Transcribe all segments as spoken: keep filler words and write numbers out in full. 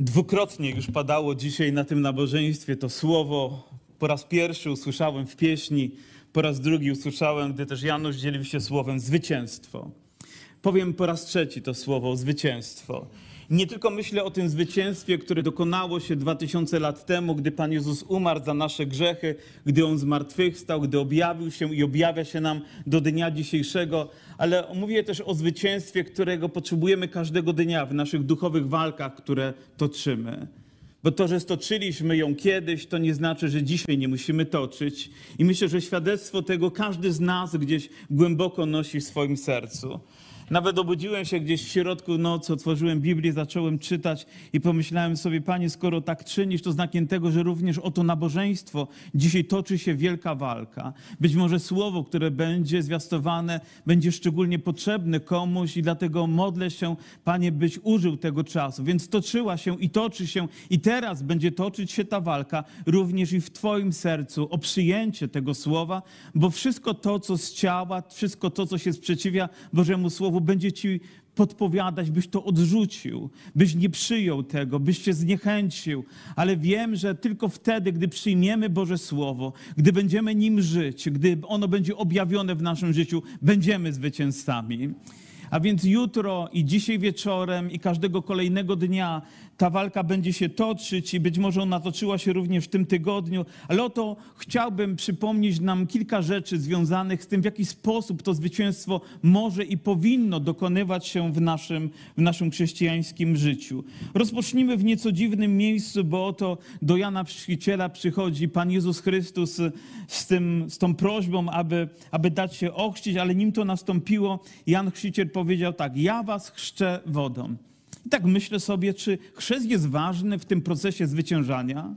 Dwukrotnie już padało dzisiaj na tym nabożeństwie to słowo. Po raz pierwszy usłyszałem w pieśni, po raz drugi usłyszałem, gdy też Janusz dzielił się słowem zwycięstwo. Powiem po raz trzeci to słowo zwycięstwo. Nie tylko myślę o tym zwycięstwie, które dokonało się dwa tysiące lat temu, gdy Pan Jezus umarł za nasze grzechy, gdy On zmartwychwstał, gdy objawił się i objawia się nam do dnia dzisiejszego, ale mówię też o zwycięstwie, którego potrzebujemy każdego dnia w naszych duchowych walkach, które toczymy. Bo to, że stoczyliśmy ją kiedyś, to nie znaczy, że dzisiaj nie musimy toczyć. I myślę, że świadectwo tego każdy z nas gdzieś głęboko nosi w swoim sercu. Nawet obudziłem się gdzieś w środku nocy, otworzyłem Biblię, zacząłem czytać i pomyślałem sobie, Panie, skoro tak czynisz, to znakiem tego, że również o to nabożeństwo dzisiaj toczy się wielka walka. Być może słowo, które będzie zwiastowane, będzie szczególnie potrzebne komuś i dlatego modlę się, Panie, byś użył tego czasu. Więc toczyła się i toczy się i teraz będzie toczyć się ta walka również i w Twoim sercu o przyjęcie tego słowa, bo wszystko to, co z ciała, wszystko to, co się sprzeciwia Bożemu Słowu, będzie Ci podpowiadać, byś to odrzucił, byś nie przyjął tego, byś się zniechęcił. Ale wiem, że tylko wtedy, gdy przyjmiemy Boże Słowo, gdy będziemy nim żyć, gdy ono będzie objawione w naszym życiu, będziemy zwycięzcami. A więc jutro i dzisiaj wieczorem i każdego kolejnego dnia ta walka będzie się toczyć i być może ona toczyła się również w tym tygodniu, ale oto chciałbym przypomnieć nam kilka rzeczy związanych z tym, w jaki sposób to zwycięstwo może i powinno dokonywać się w naszym, w naszym chrześcijańskim życiu. Rozpocznijmy w nieco dziwnym miejscu, bo oto do Jana Chrzciciela przychodzi Pan Jezus Chrystus z, tym, z tą prośbą, aby, aby dać się ochrzcić, ale nim to nastąpiło, Jan Chrzciciel powiedział tak: ja was chrzczę wodą. I tak myślę sobie, czy chrzest jest ważny w tym procesie zwyciężania?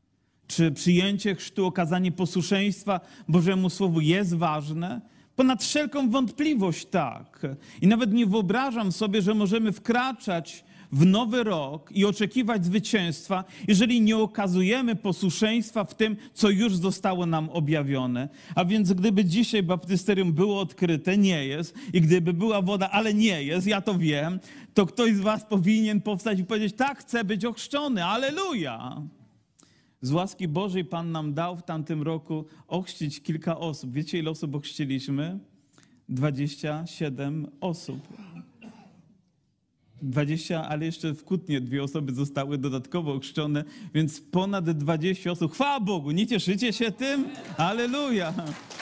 Czy przyjęcie chrztu, okazanie posłuszeństwa Bożemu Słowu jest ważne? Ponad wszelką wątpliwość tak. I nawet nie wyobrażam sobie, że możemy wkraczać w nowy rok i oczekiwać zwycięstwa, jeżeli nie okazujemy posłuszeństwa w tym, co już zostało nam objawione. A więc gdyby dzisiaj baptysterium było odkryte, nie jest, i gdyby była woda, ale nie jest, ja to wiem, to ktoś z was powinien powstać i powiedzieć: tak, chcę być ochrzczony, alleluja! Z łaski Bożej Pan nam dał w tamtym roku ochrzcić kilka osób. Wiecie, ile osób ochrzciliśmy? dwadzieścia siedem osób. dwadzieścia, ale jeszcze w Kutnie dwie osoby zostały dodatkowo ochrzczone, więc ponad dwadzieścia osób. Chwała Bogu, nie cieszycie się tym? Alleluja!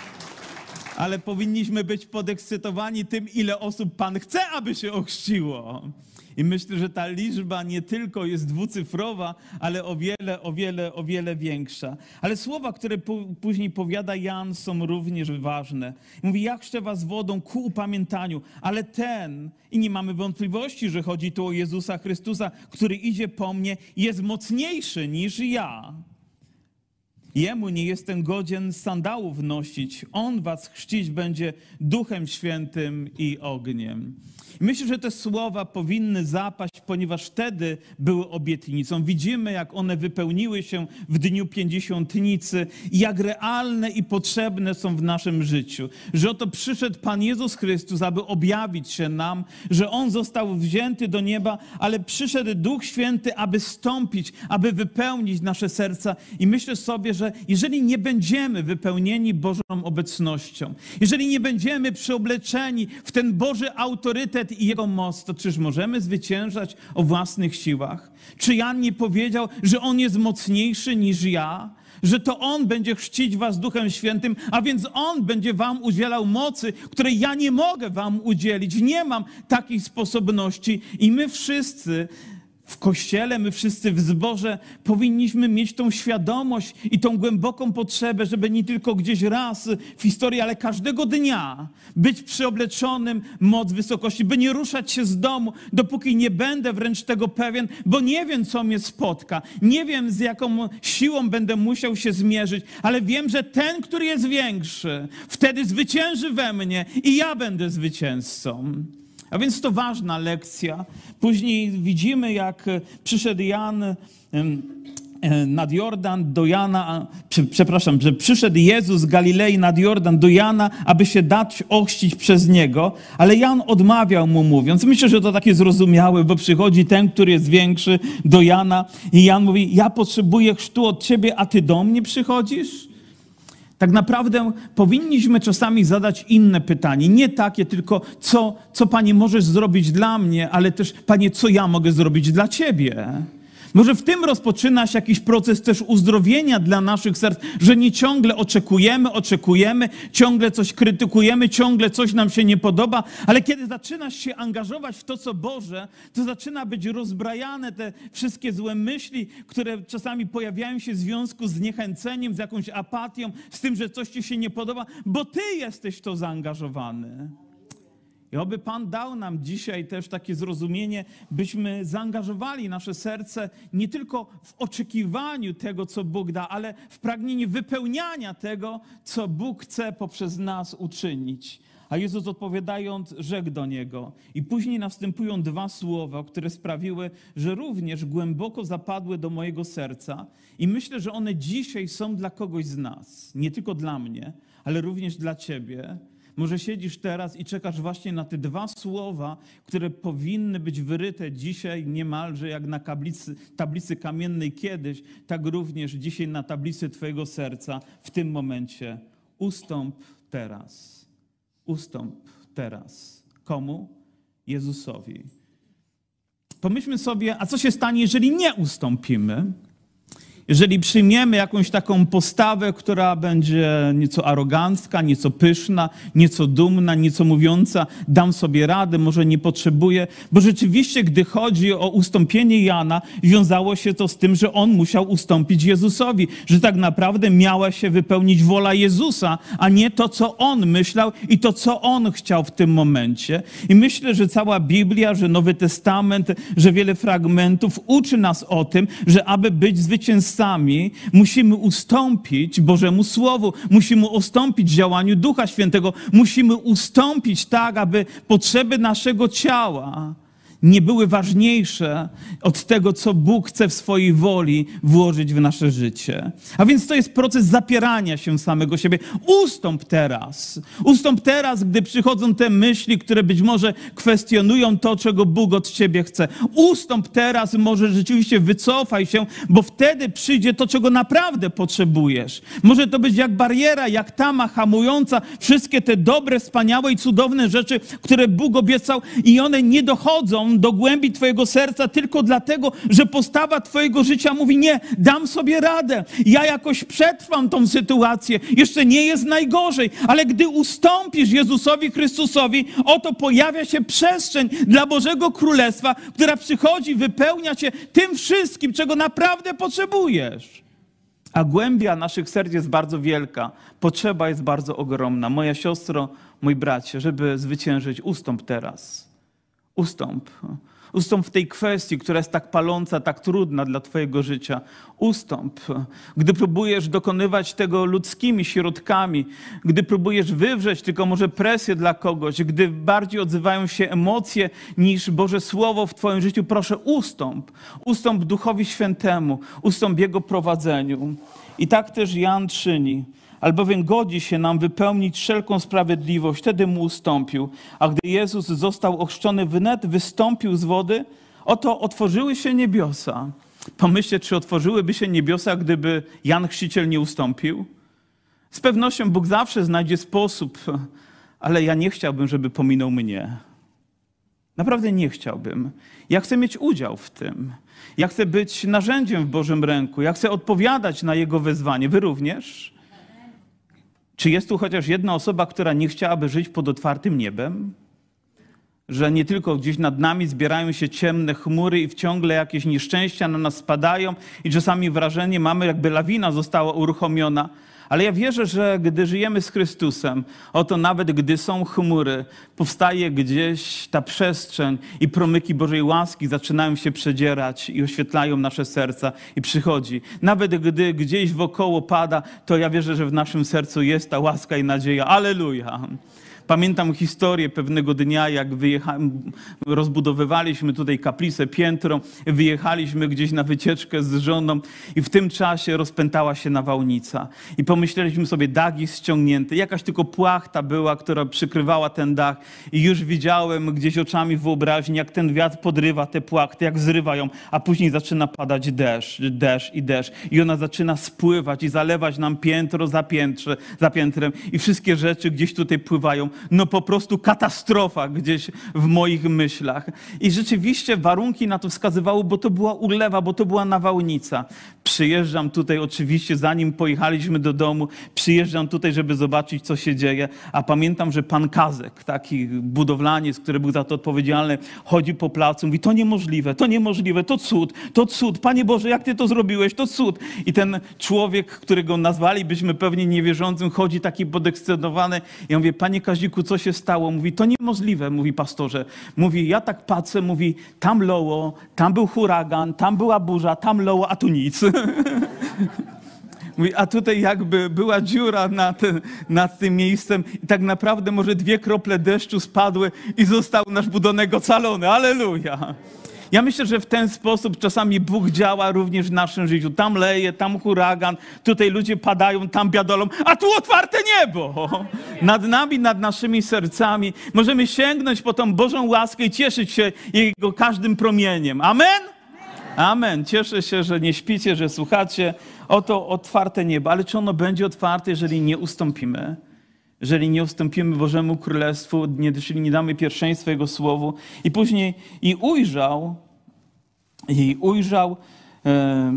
Ale powinniśmy być podekscytowani tym, ile osób Pan chce, aby się ochrzciło. I myślę, że ta liczba nie tylko jest dwucyfrowa, ale o wiele, o wiele, o wiele większa. Ale słowa, które później powiada Jan, są również ważne. Mówi: ja chrzczę was wodą ku upamiętaniu, ale ten, i nie mamy wątpliwości, że chodzi tu o Jezusa Chrystusa, który idzie po mnie, jest mocniejszy niż ja. Jemu nie jestem godzien sandałów nosić. On was chrzcić będzie Duchem Świętym i ogniem. Myślę, że te słowa powinny zapaść, ponieważ wtedy były obietnicą. Widzimy, jak one wypełniły się w dniu Pięćdziesiątnicy i jak realne i potrzebne są w naszym życiu. Że oto przyszedł Pan Jezus Chrystus, aby objawić się nam, że On został wzięty do nieba, ale przyszedł Duch Święty, aby stąpić, aby wypełnić nasze serca. I myślę sobie, że jeżeli nie będziemy wypełnieni Bożą obecnością, jeżeli nie będziemy przeobleczeni w ten Boży autorytet i Jego moc, to czyż możemy zwyciężać o własnych siłach? Czy Jan nie powiedział, że On jest mocniejszy niż ja? Że to On będzie chrzcić was Duchem Świętym, a więc On będzie wam udzielał mocy, której ja nie mogę wam udzielić. Nie mam takich sposobności i my wszyscy w Kościele, my wszyscy w zborze powinniśmy mieć tą świadomość i tą głęboką potrzebę, żeby nie tylko gdzieś raz w historii, ale każdego dnia być przyobleczonym moc wysokości, by nie ruszać się z domu, dopóki nie będę wręcz tego pewien, bo nie wiem, co mnie spotka. Nie wiem, z jaką siłą będę musiał się zmierzyć, ale wiem, że ten, który jest większy, wtedy zwycięży we mnie i ja będę zwycięzcą. A więc to ważna lekcja. Później widzimy, jak przyszedł Jan nad Jordan do Jana, przepraszam, że przyszedł Jezus z Galilei nad Jordan do Jana, aby się dać ochrzcić przez Niego, ale Jan odmawiał mu mówiąc, myślę, że to takie zrozumiałe, bo przychodzi ten, który jest większy do Jana i Jan mówi, ja potrzebuję chrztu od Ciebie, a Ty do mnie przychodzisz? Tak naprawdę powinniśmy czasami zadać inne pytanie. Nie takie tylko, co, co Panie możesz zrobić dla mnie, ale też, Panie, co ja mogę zrobić dla Ciebie? Może w tym rozpoczyna się jakiś proces też uzdrowienia dla naszych serc, że nie ciągle oczekujemy, oczekujemy, ciągle coś krytykujemy, ciągle coś nam się nie podoba, ale kiedy zaczynasz się angażować w to, co Boże, to zaczyna być rozbrajane te wszystkie złe myśli, które czasami pojawiają się w związku z zniechęceniem, z jakąś apatią, z tym, że coś ci się nie podoba, bo ty jesteś w to zaangażowany. I oby Pan dał nam dzisiaj też takie zrozumienie, byśmy zaangażowali nasze serce nie tylko w oczekiwaniu tego, co Bóg da, ale w pragnieniu wypełniania tego, co Bóg chce poprzez nas uczynić. A Jezus odpowiadając, rzekł do niego. I później następują dwa słowa, które sprawiły, że również głęboko zapadły do mojego serca. I myślę, że one dzisiaj są dla kogoś z nas. Nie tylko dla mnie, ale również dla ciebie. Może siedzisz teraz i czekasz właśnie na te dwa słowa, które powinny być wyryte dzisiaj niemalże jak na tablicy, tablicy kamiennej kiedyś, tak również dzisiaj na tablicy twojego serca w tym momencie. Ustąp teraz. Ustąp teraz. Komu? Jezusowi. Pomyślmy sobie, a co się stanie, jeżeli nie ustąpimy? Jeżeli przyjmiemy jakąś taką postawę, która będzie nieco arogancka, nieco pyszna, nieco dumna, nieco mówiąca, dam sobie radę, może nie potrzebuję, bo rzeczywiście, gdy chodzi o ustąpienie Jana, wiązało się to z tym, że on musiał ustąpić Jezusowi, że tak naprawdę miała się wypełnić wola Jezusa, a nie to, co on myślał i to, co on chciał w tym momencie. I myślę, że cała Biblia, że Nowy Testament, że wiele fragmentów uczy nas o tym, że aby być zwycięzcami, musimy ustąpić Bożemu Słowu, musimy ustąpić działaniu Ducha Świętego, musimy ustąpić tak, aby potrzeby naszego ciała nie były ważniejsze od tego, co Bóg chce w swojej woli włożyć w nasze życie. A więc to jest proces zapierania się samego siebie. Ustąp teraz. Ustąp teraz, gdy przychodzą te myśli, które być może kwestionują to, czego Bóg od ciebie chce. Ustąp teraz, może rzeczywiście wycofaj się, bo wtedy przyjdzie to, czego naprawdę potrzebujesz. Może to być jak bariera, jak tama hamująca wszystkie te dobre, wspaniałe i cudowne rzeczy, które Bóg obiecał i one nie dochodzą do głębi twojego serca tylko dlatego, że postawa twojego życia mówi nie, dam sobie radę, ja jakoś przetrwam tą sytuację, jeszcze nie jest najgorzej, ale gdy ustąpisz Jezusowi Chrystusowi, oto pojawia się przestrzeń dla Bożego Królestwa, która przychodzi, wypełnia cię tym wszystkim, czego naprawdę potrzebujesz. A głębia naszych serc jest bardzo wielka, potrzeba jest bardzo ogromna. Moja siostro, mój bracie, żeby zwyciężyć, ustąp teraz. Ustąp. Ustąp w tej kwestii, która jest tak paląca, tak trudna dla twojego życia. Ustąp. Gdy próbujesz dokonywać tego ludzkimi środkami, gdy próbujesz wywrzeć tylko może presję dla kogoś, gdy bardziej odzywają się emocje niż Boże Słowo w twoim życiu, proszę ustąp. Ustąp Duchowi Świętemu. Ustąp Jego prowadzeniu. I tak też Jan czyni. Albowiem godzi się nam wypełnić wszelką sprawiedliwość. Wtedy mu ustąpił. A gdy Jezus został ochrzczony, wnet wystąpił z wody, oto otworzyły się niebiosa. Pomyślcie, czy otworzyłyby się niebiosa, gdyby Jan Chrzciciel nie ustąpił? Z pewnością Bóg zawsze znajdzie sposób, ale ja nie chciałbym, żeby pominął mnie. Naprawdę nie chciałbym. Ja chcę mieć udział w tym. Ja chcę być narzędziem w Bożym ręku. Ja chcę odpowiadać na Jego wezwanie. Wy również? Czy jest tu chociaż jedna osoba, która nie chciałaby żyć pod otwartym niebem? Że nie tylko gdzieś nad nami zbierają się ciemne chmury i ciągle jakieś nieszczęścia na nas spadają i czasami wrażenie mamy, jakby lawina została uruchomiona. Ale ja wierzę, że gdy żyjemy z Chrystusem, oto nawet gdy są chmury, powstaje gdzieś ta przestrzeń i promyki Bożej łaski zaczynają się przedzierać i oświetlają nasze serca i przychodzi. Nawet gdy gdzieś wokoło pada, to ja wierzę, że w naszym sercu jest ta łaska i nadzieja. Alleluja! Pamiętam historię pewnego dnia, jak wyjechałem, rozbudowywaliśmy tutaj kaplicę, piętro, wyjechaliśmy gdzieś na wycieczkę z żoną i w tym czasie rozpętała się nawałnica. I pomyśleliśmy sobie, dach jest ściągnięty, jakaś tylko płachta była, która przykrywała ten dach i już widziałem gdzieś oczami w wyobraźni, jak ten wiatr podrywa te płachty, jak zrywają, a później zaczyna padać deszcz, deszcz i deszcz i ona zaczyna spływać i zalewać nam piętro za, piętrze, za piętrem i wszystkie rzeczy gdzieś tutaj pływają. No po prostu katastrofa gdzieś w moich myślach. I rzeczywiście warunki na to wskazywały, bo to była ulewa, bo to była nawałnica. Przyjeżdżam tutaj oczywiście, zanim pojechaliśmy do domu, przyjeżdżam tutaj, żeby zobaczyć, co się dzieje, a pamiętam, że pan Kazek, taki budowlaniec, który był za to odpowiedzialny, chodzi po placu, mówi, to niemożliwe, to niemożliwe, to cud, to cud, Panie Boże, jak Ty to zrobiłeś, to cud. I ten człowiek, którego nazwalibyśmy pewnie niewierzącym, chodzi taki podekscytowany. Ja mówię, Panie Kaziku, co się stało? Mówi, to niemożliwe, mówi pastorze. Mówi, ja tak patrzę, mówi, tam loło, tam był huragan, tam była burza, tam loło, a tu nic. Mówi, a tutaj jakby była dziura nad, nad tym miejscem i tak naprawdę może dwie krople deszczu spadły i został nasz budynek ocalony. Alleluja! Ja myślę, że w ten sposób czasami Bóg działa również w naszym życiu. Tam leje, tam huragan, tutaj ludzie padają, tam biadolą, a tu otwarte niebo. Nad nami, nad naszymi sercami. Możemy sięgnąć po tą Bożą łaskę i cieszyć się Jego każdym promieniem. Amen? Amen. Cieszę się, że nie śpicie, że słuchacie. Oto otwarte niebo. Ale czy ono będzie otwarte, jeżeli nie ustąpimy? Jeżeli nie ustąpimy Bożemu Królestwu, jeżeli nie damy pierwszeństwa Jego Słowu. I później i ujrzał, i ujrzał e,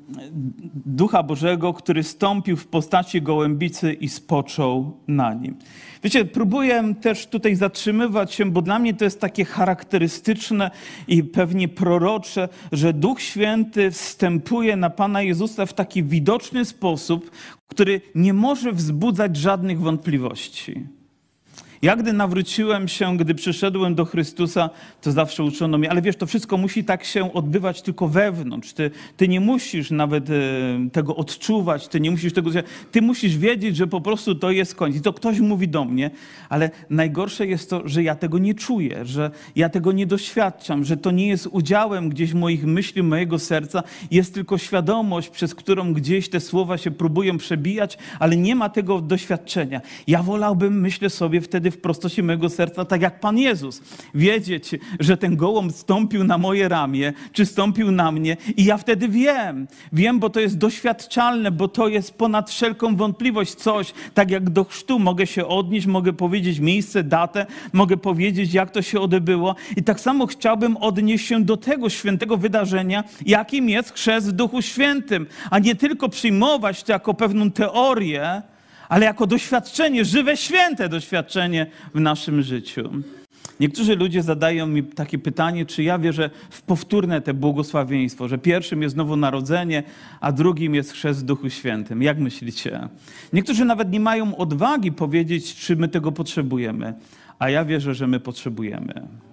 Ducha Bożego, który stąpił w postaci gołębicy i spoczął na nim. Wiecie, próbuję też tutaj zatrzymywać się, bo dla mnie to jest takie charakterystyczne i pewnie prorocze, że Duch Święty wstępuje na Pana Jezusa w taki widoczny sposób, który nie może wzbudzać żadnych wątpliwości. Ja gdy nawróciłem się, gdy przyszedłem do Chrystusa, to zawsze uczono mnie, ale wiesz, to wszystko musi tak się odbywać tylko wewnątrz. Ty, ty nie musisz nawet e, tego odczuwać, ty nie musisz tego... Ty musisz wiedzieć, że po prostu to jest koniec. I to ktoś mówi do mnie, ale najgorsze jest to, że ja tego nie czuję, że ja tego nie doświadczam, że to nie jest udziałem gdzieś moich myśli, mojego serca. Jest tylko świadomość, przez którą gdzieś te słowa się próbują przebijać, ale nie ma tego doświadczenia. Ja wolałbym, myślę sobie wtedy w prostocie mojego serca, tak jak Pan Jezus. Wiedzieć, że ten gołąb stąpił na moje ramię, czy stąpił na mnie i ja wtedy wiem. Wiem, bo to jest doświadczalne, bo to jest ponad wszelką wątpliwość coś. Tak jak do chrztu mogę się odnieść, mogę powiedzieć miejsce, datę, mogę powiedzieć, jak to się odbyło. I tak samo chciałbym odnieść się do tego świętego wydarzenia, jakim jest chrzest w Duchu Świętym, a nie tylko przyjmować to jako pewną teorię, ale jako doświadczenie, żywe, święte doświadczenie w naszym życiu. Niektórzy ludzie zadają mi takie pytanie, czy ja wierzę w powtórne te błogosławieństwo, że pierwszym jest nowonarodzenie, a drugim jest chrzest w Duchu Świętym. Jak myślicie? Niektórzy nawet nie mają odwagi powiedzieć, czy my tego potrzebujemy, a ja wierzę, że my potrzebujemy.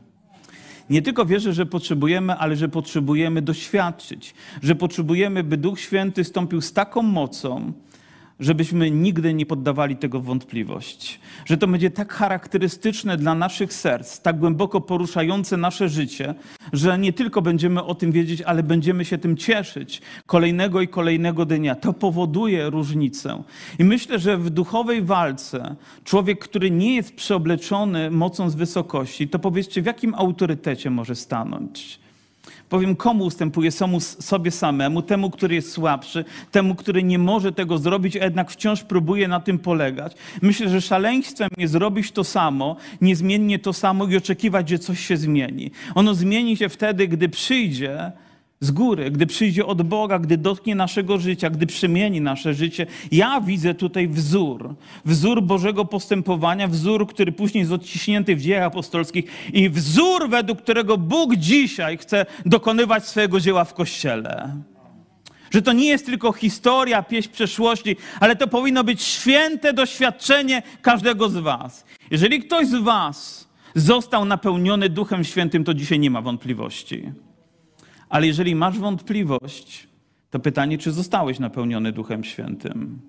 Nie tylko wierzę, że potrzebujemy, ale że potrzebujemy doświadczyć, że potrzebujemy, by Duch Święty stąpił z taką mocą, żebyśmy nigdy nie poddawali tego w wątpliwość. Że to będzie tak charakterystyczne dla naszych serc, tak głęboko poruszające nasze życie, że nie tylko będziemy o tym wiedzieć, ale będziemy się tym cieszyć kolejnego i kolejnego dnia. To powoduje różnicę. I myślę, że w duchowej walce człowiek, który nie jest przeobleczony mocą z wysokości, to powiedzcie, w jakim autorytecie może stanąć? Powiem, komu ustępuje? Sobie samemu, temu, który jest słabszy, temu, który nie może tego zrobić, a jednak wciąż próbuje na tym polegać. Myślę, że szaleństwem jest zrobić to samo, niezmiennie to samo i oczekiwać, że coś się zmieni. Ono zmieni się wtedy, gdy przyjdzie z góry, gdy przyjdzie od Boga, gdy dotknie naszego życia, gdy przemieni nasze życie. Ja widzę tutaj wzór, wzór Bożego postępowania, wzór, który później jest odciśnięty w Dziejach Apostolskich i wzór, według którego Bóg dzisiaj chce dokonywać swojego dzieła w Kościele. Że to nie jest tylko historia, pieśń przeszłości, ale to powinno być święte doświadczenie każdego z was. Jeżeli ktoś z was został napełniony Duchem Świętym, to dzisiaj nie ma wątpliwości. Ale jeżeli masz wątpliwość, to pytanie, czy zostałeś napełniony Duchem Świętym?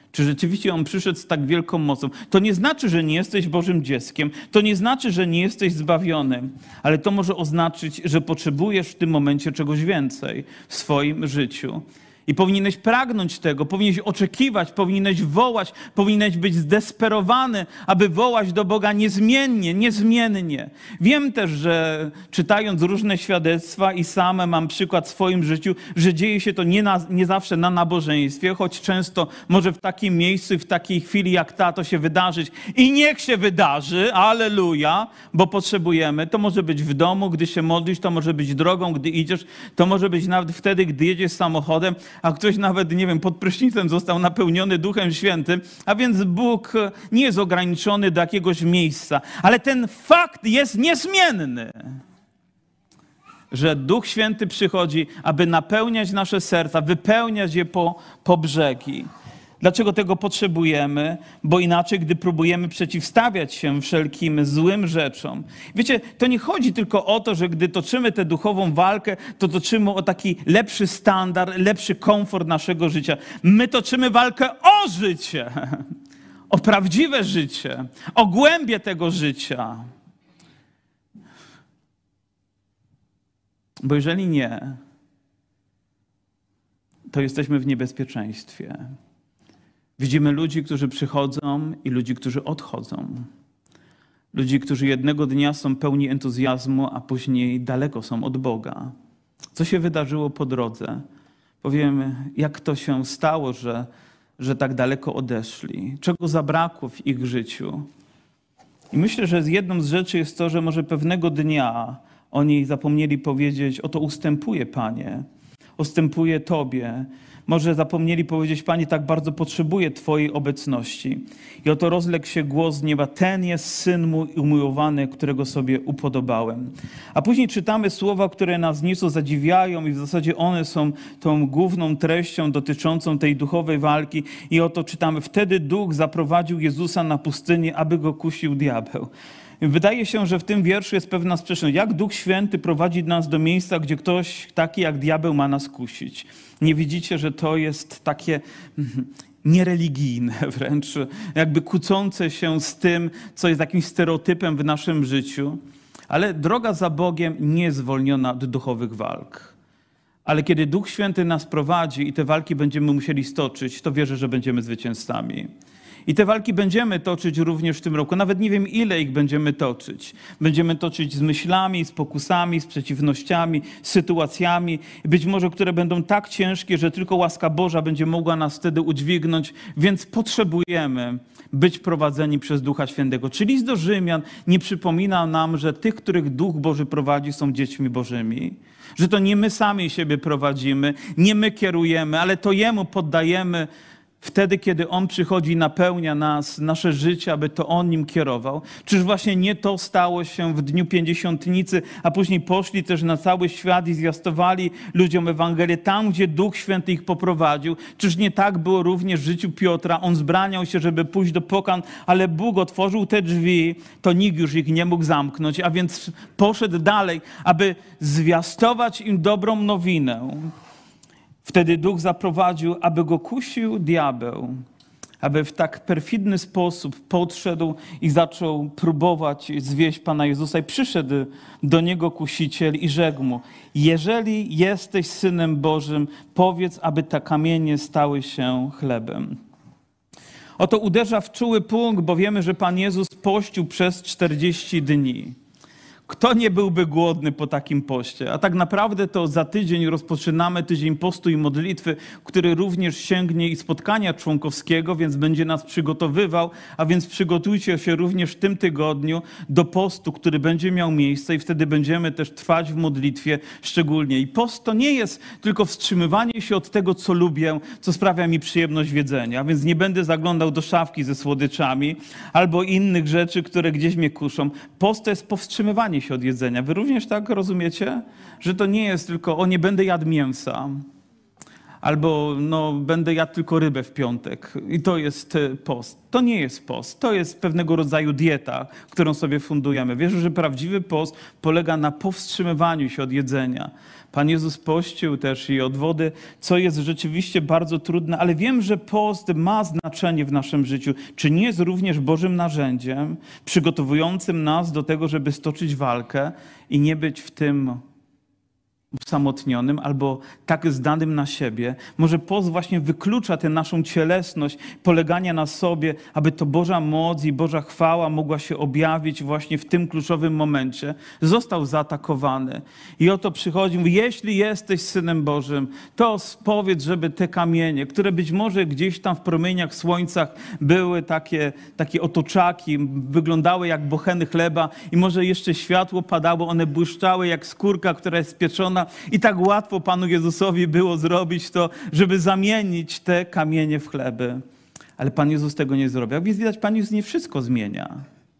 Czy rzeczywiście On przyszedł z tak wielką mocą? To nie znaczy, że nie jesteś Bożym dzieckiem. To nie znaczy, że nie jesteś zbawiony. Ale to może oznaczyć, że potrzebujesz w tym momencie czegoś więcej w swoim życiu. I powinieneś pragnąć tego, powinieneś oczekiwać, powinieneś wołać, powinieneś być zdesperowany, aby wołać do Boga niezmiennie, niezmiennie. Wiem też, że czytając różne świadectwa i sam mam przykład w swoim życiu, że dzieje się to nie, na, nie zawsze na nabożeństwie, choć często może w takim miejscu i w takiej chwili jak ta to się wydarzyć. I niech się wydarzy, alleluja, bo potrzebujemy. To może być w domu, gdy się modlisz, to może być drogą, gdy idziesz, to może być nawet wtedy, gdy jedziesz samochodem, a ktoś nawet, nie wiem, pod prysznicem został napełniony Duchem Świętym, a więc Bóg nie jest ograniczony do jakiegoś miejsca. Ale ten fakt jest niezmienny, że Duch Święty przychodzi, aby napełniać nasze serca, wypełniać je po, po brzegi. Dlaczego tego potrzebujemy? Bo inaczej, gdy próbujemy przeciwstawiać się wszelkim złym rzeczom. Wiecie, to nie chodzi tylko o to, że gdy toczymy tę duchową walkę, to toczymy o taki lepszy standard, lepszy komfort naszego życia. My toczymy walkę o życie, o prawdziwe życie, o głębię tego życia. Bo jeżeli nie, to jesteśmy w niebezpieczeństwie. Widzimy ludzi, którzy przychodzą i ludzi, którzy odchodzą. Ludzi, którzy jednego dnia są pełni entuzjazmu, a później daleko są od Boga. Co się wydarzyło po drodze? Powiem, jak to się stało, że, że tak daleko odeszli. Czego zabrakło w ich życiu? I myślę, że jedną z rzeczy jest to, że może pewnego dnia oni zapomnieli powiedzieć: oto ustępuję, Panie, ustępuję Tobie. Może zapomnieli powiedzieć: Panie, tak bardzo potrzebuję Twojej obecności. I oto rozległ się głos z nieba: ten jest Syn mój umiłowany, którego sobie upodobałem. A później czytamy słowa, które nas nieco zadziwiają i w zasadzie one są tą główną treścią dotyczącą tej duchowej walki. I oto czytamy: wtedy Duch zaprowadził Jezusa na pustynię, aby go kusił diabeł. Wydaje się, że w tym wierszu jest pewna sprzeczność. Jak Duch Święty prowadzi nas do miejsca, gdzie ktoś taki jak diabeł ma nas kusić? Nie widzicie, że to jest takie niereligijne wręcz, jakby kłócące się z tym, co jest jakimś stereotypem w naszym życiu. Ale droga za Bogiem nie jest zwolniona od duchowych walk. Ale kiedy Duch Święty nas prowadzi i te walki będziemy musieli stoczyć, to wierzę, że będziemy zwycięzcami. I te walki będziemy toczyć również w tym roku. Nawet nie wiem, ile ich będziemy toczyć. Będziemy toczyć z myślami, z pokusami, z przeciwnościami, z sytuacjami, być może które będą tak ciężkie, że tylko łaska Boża będzie mogła nas wtedy udźwignąć, więc potrzebujemy być prowadzeni przez Ducha Świętego. Czyli list do Rzymian nie przypomina nam, że tych, których Duch Boży prowadzi, są dziećmi Bożymi. Że to nie my sami siebie prowadzimy, nie my kierujemy, ale to Jemu poddajemy wtedy, kiedy On przychodzi i napełnia nas, nasze życie, aby to On nim kierował. Czyż właśnie nie to stało się w dniu Pięćdziesiątnicy, a później poszli też na cały świat i zwiastowali ludziom Ewangelię tam, gdzie Duch Święty ich poprowadził. Czyż nie tak było również w życiu Piotra? On zbraniał się, żeby pójść do pokan, ale Bóg otworzył te drzwi, to nikt już ich nie mógł zamknąć, a więc poszedł dalej, aby zwiastować im dobrą nowinę. Wtedy Duch zaprowadził, aby go kusił diabeł, aby w tak perfidny sposób podszedł i zaczął próbować zwieść Pana Jezusa. I przyszedł do Niego kusiciel i rzekł mu: jeżeli jesteś Synem Bożym, powiedz, aby te kamienie stały się chlebem. Oto uderza w czuły punkt, bo wiemy, że Pan Jezus pościł przez czterdzieści dni. Kto nie byłby głodny po takim poście? A tak naprawdę to za tydzień rozpoczynamy tydzień postu i modlitwy, który również sięgnie i spotkania członkowskiego, więc będzie nas przygotowywał, a więc przygotujcie się również w tym tygodniu do postu, który będzie miał miejsce i wtedy będziemy też trwać w modlitwie szczególnie. I post to nie jest tylko wstrzymywanie się od tego, co lubię, co sprawia mi przyjemność jedzenia, więc nie będę zaglądał do szafki ze słodyczami albo innych rzeczy, które gdzieś mnie kuszą. Post to jest powstrzymywanie się od jedzenia. Wy również tak rozumiecie? Że to nie jest tylko: o, nie będę jadł mięsa. Albo no, będę jadł tylko rybę w piątek i to jest post. To nie jest post, to jest pewnego rodzaju dieta, którą sobie fundujemy. Wierzę, że prawdziwy post polega na powstrzymywaniu się od jedzenia. Pan Jezus pościł też i od wody, co jest rzeczywiście bardzo trudne, ale wiem, że post ma znaczenie w naszym życiu. Czy nie jest również Bożym narzędziem przygotowującym nas do tego, żeby stoczyć walkę i nie być w tym usamotnionym albo tak zdanym na siebie. Może post właśnie wyklucza tę naszą cielesność, polegania na sobie, aby to Boża moc i Boża chwała mogła się objawić właśnie w tym kluczowym momencie. Został zaatakowany. I oto przychodzi, mówi, jeśli jesteś Synem Bożym, to powiedz, żeby te kamienie, które być może gdzieś tam w promieniach słońca były takie, takie otoczaki, wyglądały jak bocheny chleba i może jeszcze światło padało, one błyszczały jak skórka, która jest pieczona. I tak łatwo Panu Jezusowi było zrobić to, żeby zamienić te kamienie w chleby. Ale Pan Jezus tego nie zrobił. Jak więc widać, Pan Jezus nie wszystko zmienia.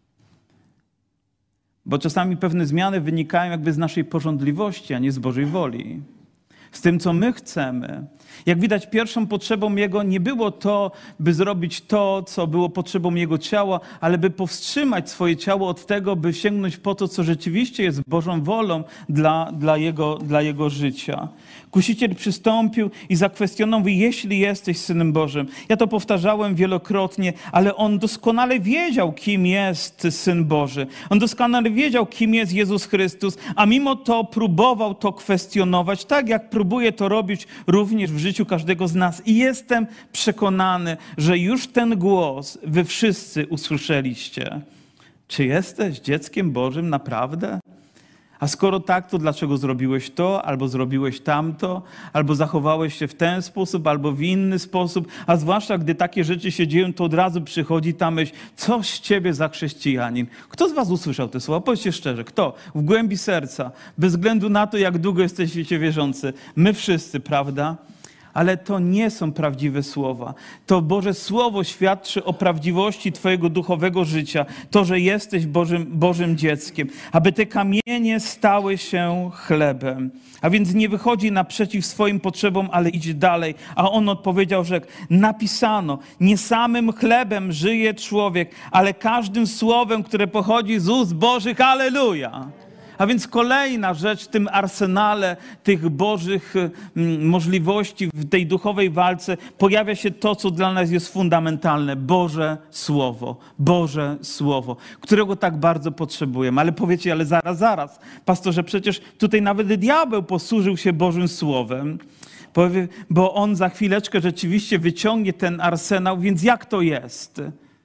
Bo czasami pewne zmiany wynikają jakby z naszej pożądliwości, a nie z Bożej woli. Z tym, co my chcemy. Jak widać, pierwszą potrzebą Jego nie było to, by zrobić to, co było potrzebą Jego ciała, ale by powstrzymać swoje ciało od tego, by sięgnąć po to, co rzeczywiście jest Bożą wolą dla, dla, jego, dla jego życia. Kusiciel przystąpił i zakwestionował, jeśli jesteś Synem Bożym. Ja to powtarzałem wielokrotnie, ale on doskonale wiedział, kim jest Syn Boży. On doskonale wiedział, kim jest Jezus Chrystus, a mimo to próbował to kwestionować, tak jak próbuje to robić również w życiu każdego z nas. I jestem przekonany, że już ten głos wy wszyscy usłyszeliście. Czy jesteś dzieckiem Bożym naprawdę? A skoro tak, to dlaczego zrobiłeś to, albo zrobiłeś tamto, albo zachowałeś się w ten sposób, albo w inny sposób, a zwłaszcza gdy takie rzeczy się dzieją, to od razu przychodzi ta myśl, co z ciebie za chrześcijanin? Kto z was usłyszał te słowa? Powiedzcie szczerze, kto? W głębi serca, bez względu na to, jak długo jesteście wierzący. My wszyscy, prawda? Ale to nie są prawdziwe słowa. To Boże Słowo świadczy o prawdziwości twojego duchowego życia. To, że jesteś Bożym, Bożym dzieckiem. Aby te kamienie stały się chlebem. A więc nie wychodzi naprzeciw swoim potrzebom, ale idzie dalej. A on odpowiedział, że napisano, nie samym chlebem żyje człowiek, ale każdym słowem, które pochodzi z ust Bożych. Alleluja! A więc kolejna rzecz w tym arsenale tych Bożych możliwości, w tej duchowej walce pojawia się to, co dla nas jest fundamentalne. Boże Słowo. Boże Słowo, którego tak bardzo potrzebujemy. Ale powiecie, ale zaraz, zaraz. Pastorze, przecież tutaj nawet diabeł posłużył się Bożym Słowem. Bo on za chwileczkę rzeczywiście wyciągnie ten arsenał, więc jak to jest?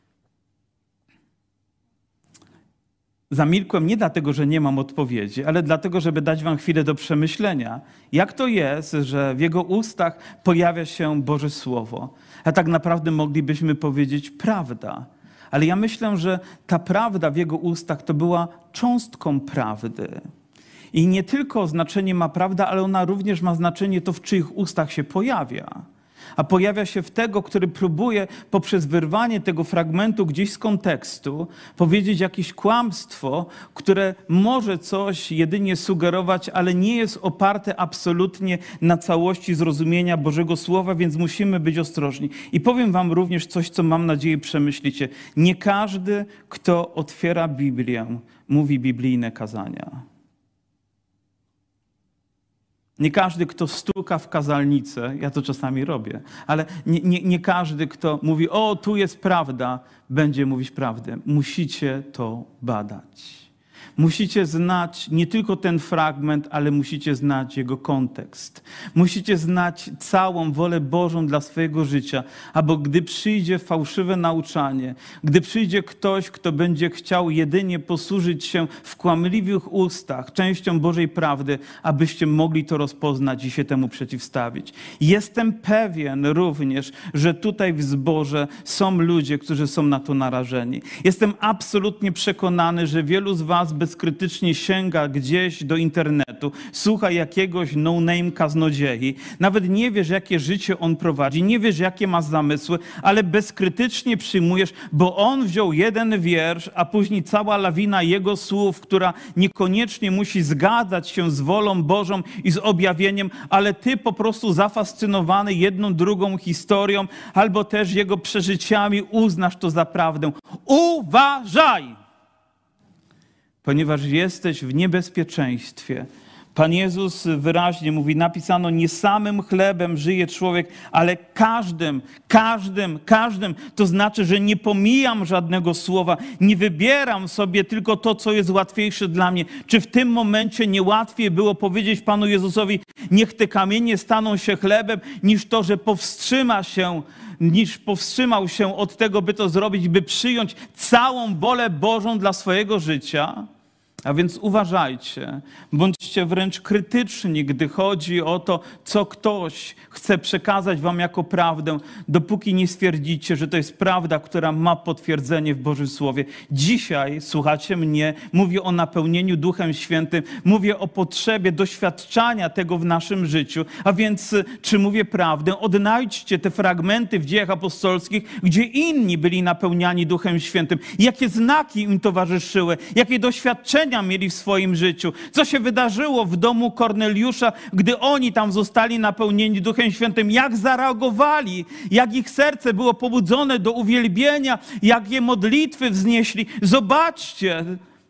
Zamilkłem nie dlatego, że nie mam odpowiedzi, ale dlatego, żeby dać wam chwilę do przemyślenia. Jak to jest, że w jego ustach pojawia się Boże Słowo? A tak naprawdę moglibyśmy powiedzieć prawda. Ale ja myślę, że ta prawda w jego ustach to była cząstką prawdy. I nie tylko znaczenie ma prawda, ale ona również ma znaczenie to, w czyich ustach się pojawia. A pojawia się w tego, który próbuje poprzez wyrwanie tego fragmentu gdzieś z kontekstu powiedzieć jakieś kłamstwo, które może coś jedynie sugerować, ale nie jest oparte absolutnie na całości zrozumienia Bożego Słowa, więc musimy być ostrożni. I powiem wam również coś, co mam nadzieję przemyślicie. Nie każdy, kto otwiera Biblię, mówi biblijne kazania. Nie każdy, kto stuka w kazalnicę, ja to czasami robię, ale nie, nie, nie każdy, kto mówi, o, tu jest prawda, będzie mówić prawdę. Musicie to badać. Musicie znać nie tylko ten fragment, ale musicie znać jego kontekst. Musicie znać całą wolę Bożą dla swojego życia, albo gdy przyjdzie fałszywe nauczanie, gdy przyjdzie ktoś, kto będzie chciał jedynie posłużyć się w kłamliwych ustach częścią Bożej prawdy, abyście mogli to rozpoznać i się temu przeciwstawić. Jestem pewien również, że tutaj w zborze są ludzie, którzy są na to narażeni. Jestem absolutnie przekonany, że wielu z was bezkrytycznie sięga gdzieś do internetu, słucha jakiegoś no-name kaznodziei, nawet nie wiesz, jakie życie on prowadzi, nie wiesz, jakie ma zamysły, ale bezkrytycznie przyjmujesz, bo on wziął jeden wiersz, a później cała lawina jego słów, która niekoniecznie musi zgadzać się z wolą Bożą i z objawieniem, ale ty po prostu zafascynowany jedną, drugą historią, albo też jego przeżyciami uznasz to za prawdę. Uważaj! Ponieważ jesteś w niebezpieczeństwie. Pan Jezus wyraźnie mówi, napisano, nie samym chlebem żyje człowiek, ale każdym, każdym, każdym. To znaczy, że nie pomijam żadnego słowa, nie wybieram sobie tylko to, co jest łatwiejsze dla mnie. Czy w tym momencie nie łatwiej było powiedzieć Panu Jezusowi, niech te kamienie staną się chlebem, niż to, że powstrzyma się, niż powstrzymał się od tego, by to zrobić, by przyjąć całą wolę Bożą dla swojego życia? A więc uważajcie, bądźcie wręcz krytyczni, gdy chodzi o to, co ktoś chce przekazać wam jako prawdę, dopóki nie stwierdzicie, że to jest prawda, która ma potwierdzenie w Bożym Słowie. Dzisiaj, słuchacie mnie, mówię o napełnieniu Duchem Świętym, mówię o potrzebie doświadczania tego w naszym życiu. A więc, czy mówię prawdę? Odnajdźcie te fragmenty w Dziejach Apostolskich, gdzie inni byli napełniani Duchem Świętym. Jakie znaki im towarzyszyły, jakie doświadczenia mieli w swoim życiu. Co się wydarzyło w domu Korneliusza, gdy oni tam zostali napełnieni Duchem Świętym? Jak zareagowali? Jak ich serce było pobudzone do uwielbienia? Jakie modlitwy wznieśli? Zobaczcie.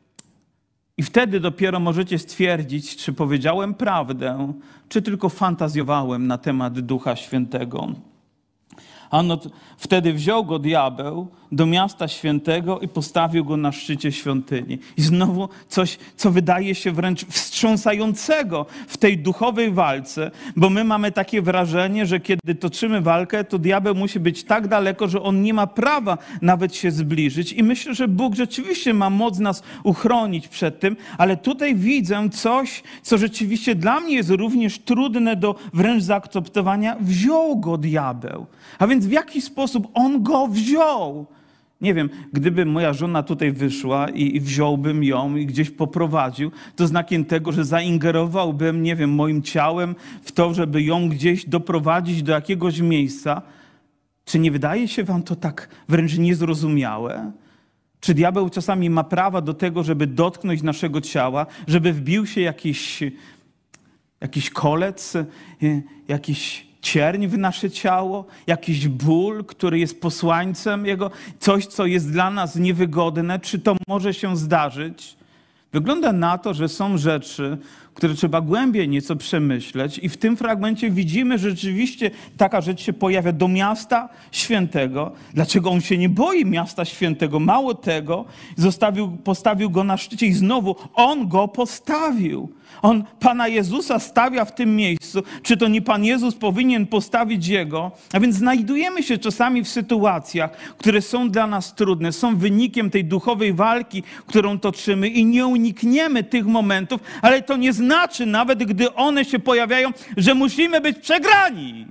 I wtedy dopiero możecie stwierdzić, czy powiedziałem prawdę, czy tylko fantazjowałem na temat Ducha Świętego. Ano wtedy wziął go diabeł do miasta świętego i postawił go na szczycie świątyni. I znowu coś, co wydaje się wręcz wstrząsającego w tej duchowej walce, bo my mamy takie wrażenie, że kiedy toczymy walkę, to diabeł musi być tak daleko, że on nie ma prawa nawet się zbliżyć. I myślę, że Bóg rzeczywiście ma moc nas uchronić przed tym, ale tutaj widzę coś, co rzeczywiście dla mnie jest również trudne do wręcz zaakceptowania. Wziął go diabeł. A więc w jaki sposób on go wziął? Nie wiem, gdyby moja żona tutaj wyszła i, i wziąłbym ją i gdzieś poprowadził, to znakiem tego, że zaingerowałbym, nie wiem, moim ciałem w to, żeby ją gdzieś doprowadzić do jakiegoś miejsca. Czy nie wydaje się wam to tak wręcz niezrozumiałe? Czy diabeł czasami ma prawa do tego, żeby dotknąć naszego ciała, żeby wbił się jakiś, jakiś kolec, jakiś cierń w nasze ciało, jakiś ból, który jest posłańcem Jego, coś, co jest dla nas niewygodne? Czy to może się zdarzyć? Wygląda na to, że są rzeczy, które trzeba głębiej nieco przemyśleć i w tym fragmencie widzimy, że rzeczywiście taka rzecz się pojawia do miasta świętego. Dlaczego on się nie boi miasta świętego? Mało tego, zostawił, postawił go na szczycie i znowu on go postawił. On Pana Jezusa stawia w tym miejscu. Czy to nie Pan Jezus powinien postawić Jego? A więc znajdujemy się czasami w sytuacjach, które są dla nas trudne, są wynikiem tej duchowej walki, którą toczymy i nie unikniemy tych momentów, ale to nie znaczy, nawet gdy one się pojawiają, że musimy być przegrani.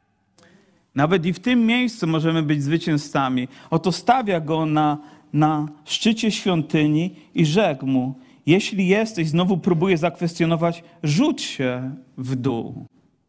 Nawet i w tym miejscu możemy być zwycięzcami. Oto stawia go na, na szczycie świątyni i rzekł mu, jeśli jesteś, znowu próbuje zakwestionować, rzuć się w dół.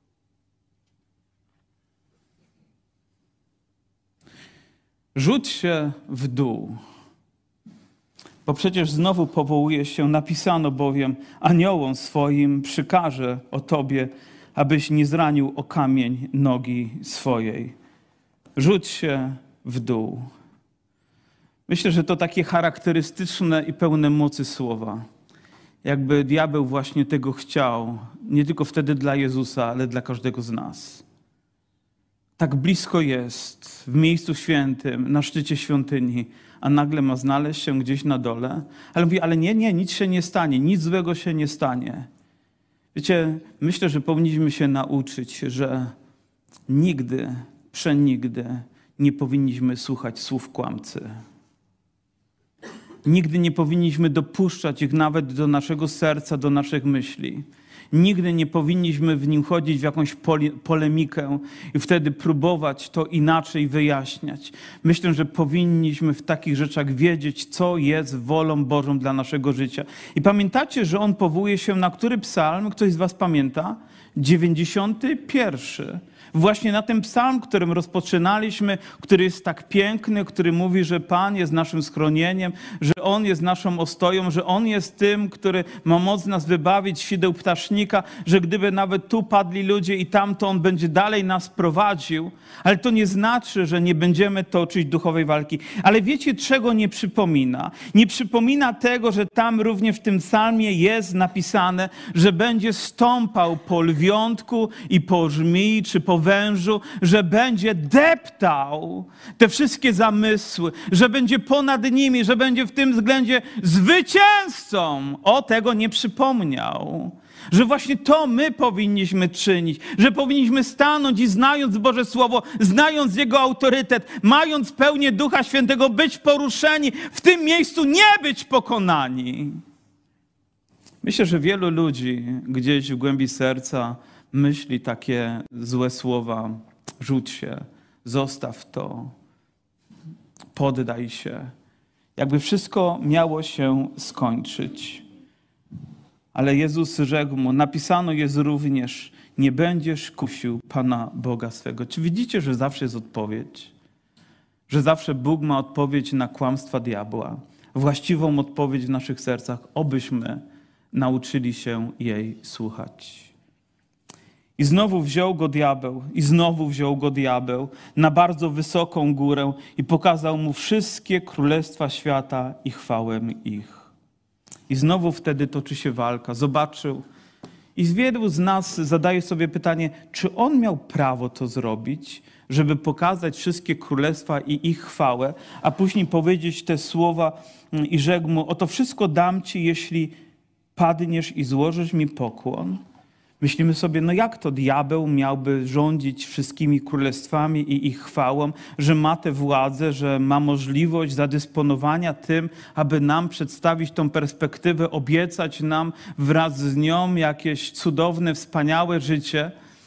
Rzuć się w dół. Bo przecież znowu powołuje się, napisano bowiem, aniołom swoim przykaże o tobie, abyś nie zranił o kamień nogi swojej. Rzuć się w dół. Myślę, że to takie charakterystyczne i pełne mocy słowa. Jakby diabeł właśnie tego chciał, nie tylko wtedy dla Jezusa, ale dla każdego z nas. Tak blisko jest, w miejscu świętym, na szczycie świątyni, a nagle ma znaleźć się gdzieś na dole. Ale mówi, ale nie, nie, nic się nie stanie, nic złego się nie stanie. Wiecie, myślę, że powinniśmy się nauczyć, że nigdy, przenigdy nie powinniśmy słuchać słów kłamcy. Nigdy nie powinniśmy dopuszczać ich nawet do naszego serca, do naszych myśli. Nigdy nie powinniśmy w nim chodzić w jakąś polemikę i wtedy próbować to inaczej wyjaśniać. Myślę, że powinniśmy w takich rzeczach wiedzieć, co jest wolą Bożą dla naszego życia. I pamiętacie, że on powołuje się na który psalm? Ktoś z was pamięta? dziewięćdziesiąty pierwszy. Właśnie na ten psalm, którym rozpoczynaliśmy, który jest tak piękny, który mówi, że Pan jest naszym schronieniem, że On jest naszą ostoją, że On jest tym, który ma moc nas wybawić z sideł ptasznika, że gdyby nawet tu padli ludzie i tam, to On będzie dalej nas prowadził. Ale to nie znaczy, że nie będziemy toczyć duchowej walki. Ale wiecie, czego nie przypomina? Nie przypomina tego, że tam również w tym psalmie jest napisane, że będzie stąpał po lwiątku i po żmii, czy po wężu, że będzie deptał te wszystkie zamysły, że będzie ponad nimi, że będzie w tym względzie zwycięzcą. O, tego nie przypomniał. Że właśnie to my powinniśmy czynić, że powinniśmy stanąć i znając Boże Słowo, znając Jego autorytet, mając pełnię Ducha Świętego, być poruszeni, w tym miejscu nie być pokonani. Myślę, że wielu ludzi gdzieś w głębi serca myśli takie złe słowa: rzuć się, zostaw to, poddaj się. Jakby wszystko miało się skończyć. Ale Jezus rzekł mu, napisano jest również, nie będziesz kusił Pana Boga swego. Czy widzicie, że zawsze jest odpowiedź? Że zawsze Bóg ma odpowiedź na kłamstwa diabła. Właściwą odpowiedź w naszych sercach, obyśmy nauczyli się jej słuchać. I znowu wziął go diabeł, i znowu wziął go diabeł na bardzo wysoką górę i pokazał mu wszystkie królestwa świata i chwałę ich. I znowu wtedy toczy się walka. Zobaczył. I wielu z nas zadaje sobie pytanie, czy on miał prawo to zrobić, żeby pokazać wszystkie królestwa i ich chwałę, a później powiedzieć te słowa i rzekł mu, oto wszystko dam ci, jeśli padniesz i złożysz mi pokłon. Myślimy sobie, no jak to diabeł miałby rządzić wszystkimi królestwami i ich chwałą, że ma tę władzę, że ma możliwość zadysponowania tym, aby nam przedstawić tą perspektywę, obiecać nam wraz z nią jakieś cudowne, wspaniałe życie,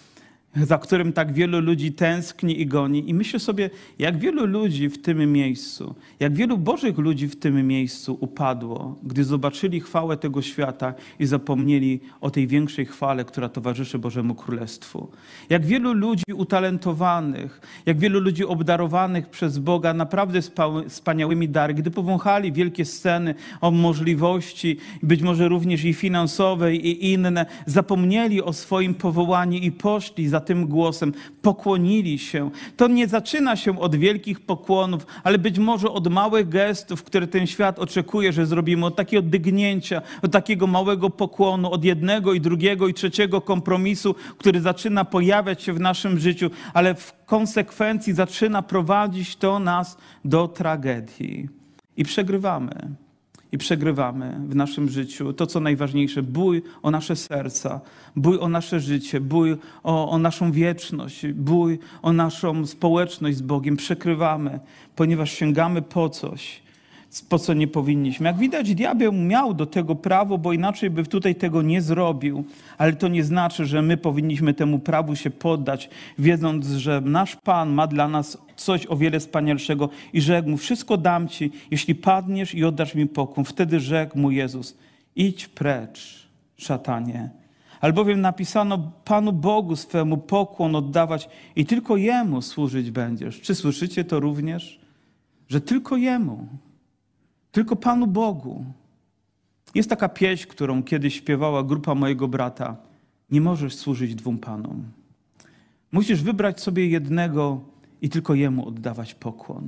za którym tak wielu ludzi tęskni i goni. I myślę sobie, jak wielu ludzi w tym miejscu, jak wielu Bożych ludzi w tym miejscu upadło, gdy zobaczyli chwałę tego świata i zapomnieli o tej większej chwale, która towarzyszy Bożemu Królestwu. Jak wielu ludzi utalentowanych, jak wielu ludzi obdarowanych przez Boga naprawdę wspaniałymi dary, gdy powąchali wielkie sceny o możliwości, być może również i finansowe i inne, zapomnieli o swoim powołaniu i poszli za tym głosem, pokłonili się. To nie zaczyna się od wielkich pokłonów, ale być może od małych gestów, które ten świat oczekuje, że zrobimy, od takiego dygnięcia, od takiego małego pokłonu, od jednego i drugiego i trzeciego kompromisu, który zaczyna pojawiać się w naszym życiu, ale w konsekwencji zaczyna prowadzić to nas do tragedii. I przegrywamy. I przegrywamy w naszym życiu to, co najważniejsze, bój o nasze serca, bój o nasze życie, bój o, o naszą wieczność, bój o naszą społeczność z Bogiem. Przekrywamy, ponieważ sięgamy po coś, po co nie powinniśmy. Jak widać, diabeł miał do tego prawo, bo inaczej by tutaj tego nie zrobił. Ale to nie znaczy, że my powinniśmy temu prawu się poddać, wiedząc, że nasz Pan ma dla nas coś o wiele wspanialszego i rzekł mu, wszystko dam ci, jeśli padniesz i oddasz mi pokłon. Wtedy rzekł mu Jezus, idź precz, szatanie. Albowiem napisano Panu Bogu swemu pokłon oddawać i tylko Jemu służyć będziesz. Czy słyszycie to również? Że tylko Jemu. Tylko Panu Bogu. Jest taka pieśń, którą kiedyś śpiewała grupa mojego brata. Nie możesz służyć dwóm Panom. Musisz wybrać sobie jednego i tylko Jemu oddawać pokłon.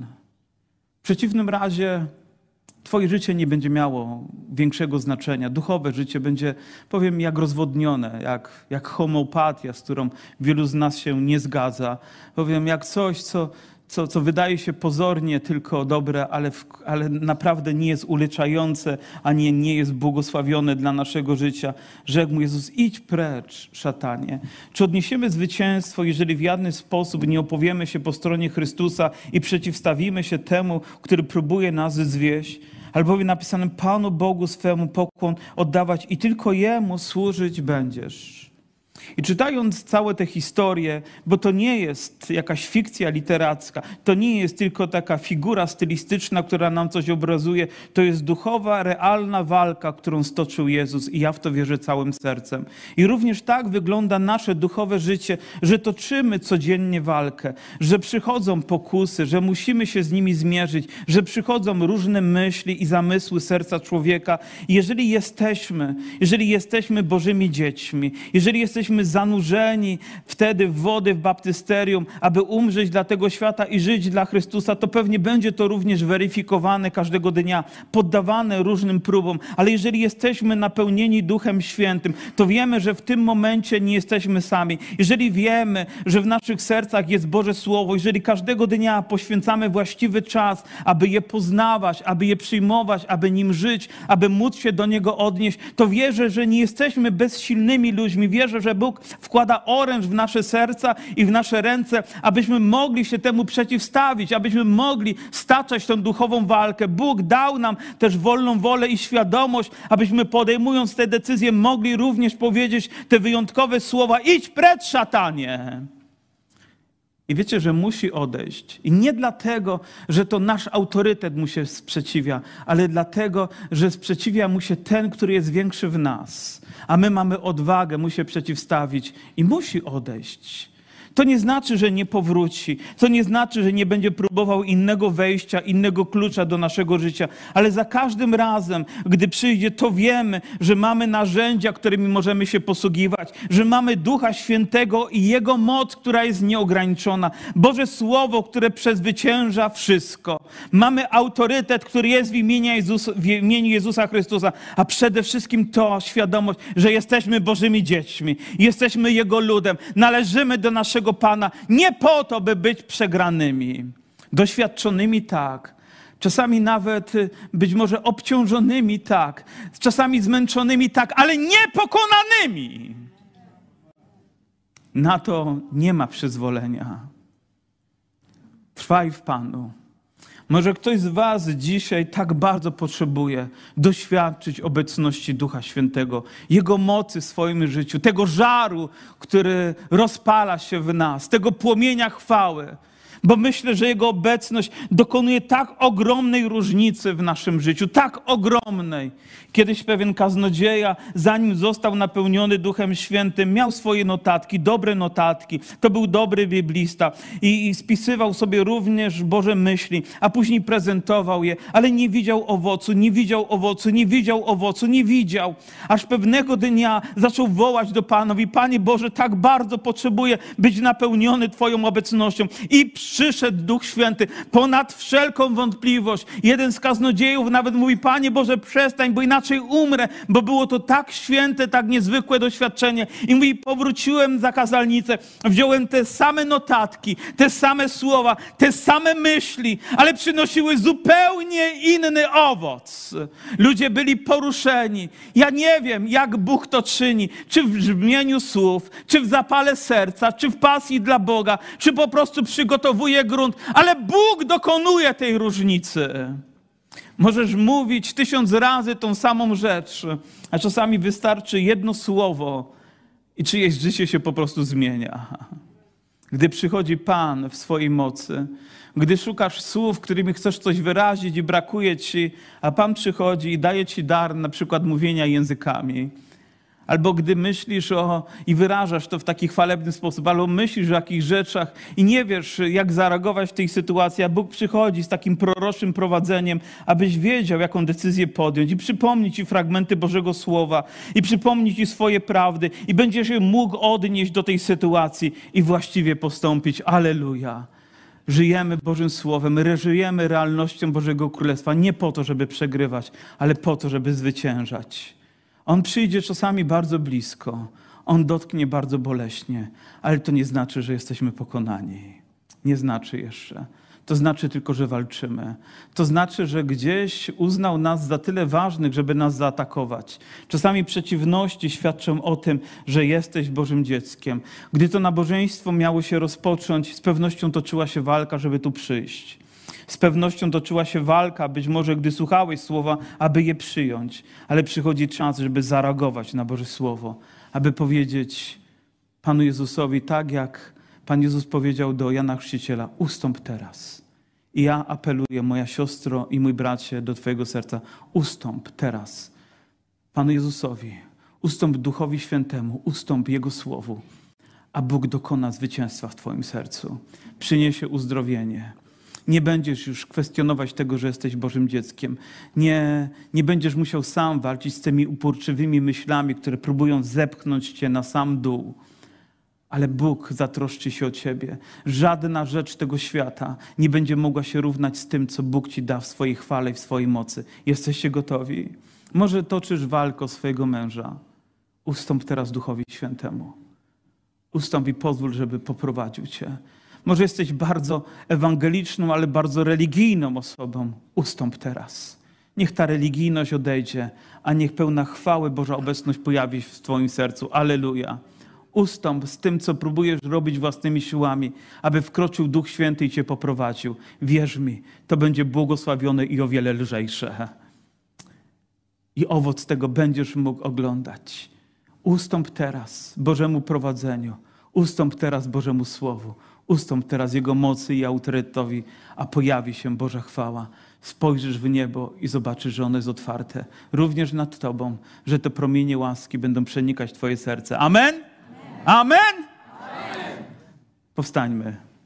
W przeciwnym razie twoje życie nie będzie miało większego znaczenia. Duchowe życie będzie, powiem, jak rozwodnione, jak, jak homeopatia, z którą wielu z nas się nie zgadza. Powiem, jak coś, co... Co, co wydaje się pozornie tylko dobre, ale, w, ale naprawdę nie jest uleczające, ani nie jest błogosławione dla naszego życia. Rzekł mu Jezus, idź precz, szatanie. Czy odniesiemy zwycięstwo, jeżeli w żaden sposób nie opowiemy się po stronie Chrystusa i przeciwstawimy się temu, który próbuje nas zwieść? albowiem napisane: Panu Bogu swemu pokłon oddawać i tylko Jemu służyć będziesz. I czytając całe te historie, bo to nie jest jakaś fikcja literacka, to nie jest tylko taka figura stylistyczna, która nam coś obrazuje, to jest duchowa, realna walka, którą stoczył Jezus i ja w to wierzę całym sercem. I również tak wygląda nasze duchowe życie, że toczymy codziennie walkę, że przychodzą pokusy, że musimy się z nimi zmierzyć, że przychodzą różne myśli i zamysły serca człowieka. I jeżeli jesteśmy, jeżeli jesteśmy Bożymi dziećmi, jeżeli jesteśmy zanurzeni wtedy w wody, w baptysterium, aby umrzeć dla tego świata i żyć dla Chrystusa, to pewnie będzie to również weryfikowane każdego dnia, poddawane różnym próbom. Ale jeżeli jesteśmy napełnieni Duchem Świętym, to wiemy, że w tym momencie nie jesteśmy sami. Jeżeli wiemy, że w naszych sercach jest Boże Słowo, jeżeli każdego dnia poświęcamy właściwy czas, aby je poznawać, aby je przyjmować, aby nim żyć, aby móc się do niego odnieść, to wierzę, że nie jesteśmy bezsilnymi ludźmi. Wierzę, że Bóg wkłada oręż w nasze serca i w nasze ręce, abyśmy mogli się temu przeciwstawić, abyśmy mogli staczać tę duchową walkę. Bóg dał nam też wolną wolę i świadomość, abyśmy podejmując te decyzje mogli również powiedzieć te wyjątkowe słowa: idź precz, szatanie! I wiecie, że musi odejść. I nie dlatego, że to nasz autorytet mu się sprzeciwia, ale dlatego, że sprzeciwia mu się ten, który jest większy w nas. A my mamy odwagę mu się przeciwstawić i musi odejść. To nie znaczy, że nie powróci. To nie znaczy, że nie będzie próbował innego wejścia, innego klucza do naszego życia. Ale za każdym razem, gdy przyjdzie, to wiemy, że mamy narzędzia, którymi możemy się posługiwać. Że mamy Ducha Świętego i Jego moc, która jest nieograniczona. Boże Słowo, które przezwycięża wszystko. Mamy autorytet, który jest w imieniu Jezusa, w imieniu Jezusa Chrystusa. A przede wszystkim to świadomość, że jesteśmy Bożymi dziećmi. Jesteśmy Jego ludem. Należymy do naszego Pana nie po to, by być przegranymi. Doświadczonymi tak. Czasami nawet być może obciążonymi tak. Czasami zmęczonymi tak, ale niepokonanymi. Na to nie ma przyzwolenia. Trwaj w Panu. Może ktoś z was dzisiaj tak bardzo potrzebuje doświadczyć obecności Ducha Świętego, Jego mocy w swoim życiu, tego żaru, który rozpala się w nas, tego płomienia chwały. Bo myślę, że Jego obecność dokonuje tak ogromnej różnicy w naszym życiu, tak ogromnej. Kiedyś pewien kaznodzieja, zanim został napełniony Duchem Świętym, miał swoje notatki, dobre notatki. To był dobry biblista i, i spisywał sobie również Boże myśli, a później prezentował je, ale nie widział owocu, nie widział owocu, nie widział owocu, nie widział. Aż pewnego dnia zaczął wołać do Pana: Panie Boże, tak bardzo potrzebuję być napełniony Twoją obecnością. I przyszedł Duch Święty ponad wszelką wątpliwość. Jeden z kaznodziejów nawet mówi: Panie Boże, przestań, bo inaczej umrę, bo było to tak święte, tak niezwykłe doświadczenie. I mówi: powróciłem za kazalnicę, wziąłem te same notatki, te same słowa, te same myśli, ale przynosiły zupełnie inny owoc. Ludzie byli poruszeni. Ja nie wiem, jak Bóg to czyni, czy w brzmieniu słów, czy w zapale serca, czy w pasji dla Boga, czy po prostu przygotowuje grunt, ale Bóg dokonuje tej różnicy. Możesz mówić tysiąc razy tą samą rzecz, a czasami wystarczy jedno słowo i czyjeś życie się po prostu zmienia. Gdy przychodzi Pan w swojej mocy, gdy szukasz słów, którymi chcesz coś wyrazić i brakuje ci, a Pan przychodzi i daje ci dar na przykład mówienia językami. Albo gdy myślisz o i wyrażasz to w taki chwalebny sposób, albo myślisz o jakichś rzeczach i nie wiesz, jak zareagować w tej sytuacji, a Bóg przychodzi z takim proroczym prowadzeniem, abyś wiedział, jaką decyzję podjąć i przypomni ci fragmenty Bożego Słowa i przypomni ci swoje prawdy i będziesz się mógł odnieść do tej sytuacji i właściwie postąpić. Alleluja! Żyjemy Bożym Słowem, żyjemy realnością Bożego Królestwa nie po to, żeby przegrywać, ale po to, żeby zwyciężać. On przyjdzie czasami bardzo blisko, On dotknie bardzo boleśnie, ale to nie znaczy, że jesteśmy pokonani. Nie znaczy jeszcze. To znaczy tylko, że walczymy. To znaczy, że gdzieś uznał nas za tyle ważnych, żeby nas zaatakować. Czasami przeciwności świadczą o tym, że jesteś Bożym dzieckiem. Gdy to nabożeństwo miało się rozpocząć, z pewnością toczyła się walka, żeby tu przyjść. Z pewnością toczyła się walka, być może gdy słuchałeś słowa, aby je przyjąć, ale przychodzi czas, żeby zareagować na Boże Słowo, aby powiedzieć Panu Jezusowi tak, jak Pan Jezus powiedział do Jana Chrzciciela, ustąp teraz. I ja apeluję, moja siostro i mój bracie, do Twojego serca, ustąp teraz Panu Jezusowi, ustąp Duchowi Świętemu, ustąp Jego Słowu, a Bóg dokona zwycięstwa w Twoim sercu. Przyniesie uzdrowienie. Nie będziesz już kwestionować tego, że jesteś Bożym dzieckiem. Nie, nie będziesz musiał sam walczyć z tymi uporczywymi myślami, które próbują zepchnąć cię na sam dół. Ale Bóg zatroszczy się o ciebie. Żadna rzecz tego świata nie będzie mogła się równać z tym, co Bóg ci da w swojej chwale i w swojej mocy. Jesteście gotowi? Może toczysz walkę o swojego męża. Ustąp teraz Duchowi Świętemu. Ustąp i pozwól, żeby poprowadził cię. Może jesteś bardzo ewangeliczną, ale bardzo religijną osobą. Ustąp teraz. Niech ta religijność odejdzie, a niech pełna chwały Boża obecność pojawi się w twoim sercu. Alleluja. Ustąp z tym, co próbujesz robić własnymi siłami, aby wkroczył Duch Święty i cię poprowadził. Wierz mi, to będzie błogosławione i o wiele lżejsze. I owoc tego będziesz mógł oglądać. Ustąp teraz Bożemu prowadzeniu. Ustąp teraz Bożemu Słowu. Ustąp teraz Jego mocy i autorytetowi, a pojawi się Boża chwała. Spojrzysz w niebo i zobaczysz, że ono jest otwarte. Również nad tobą, że te promienie łaski będą przenikać twoje serce. Amen? Amen? Amen. Powstańmy.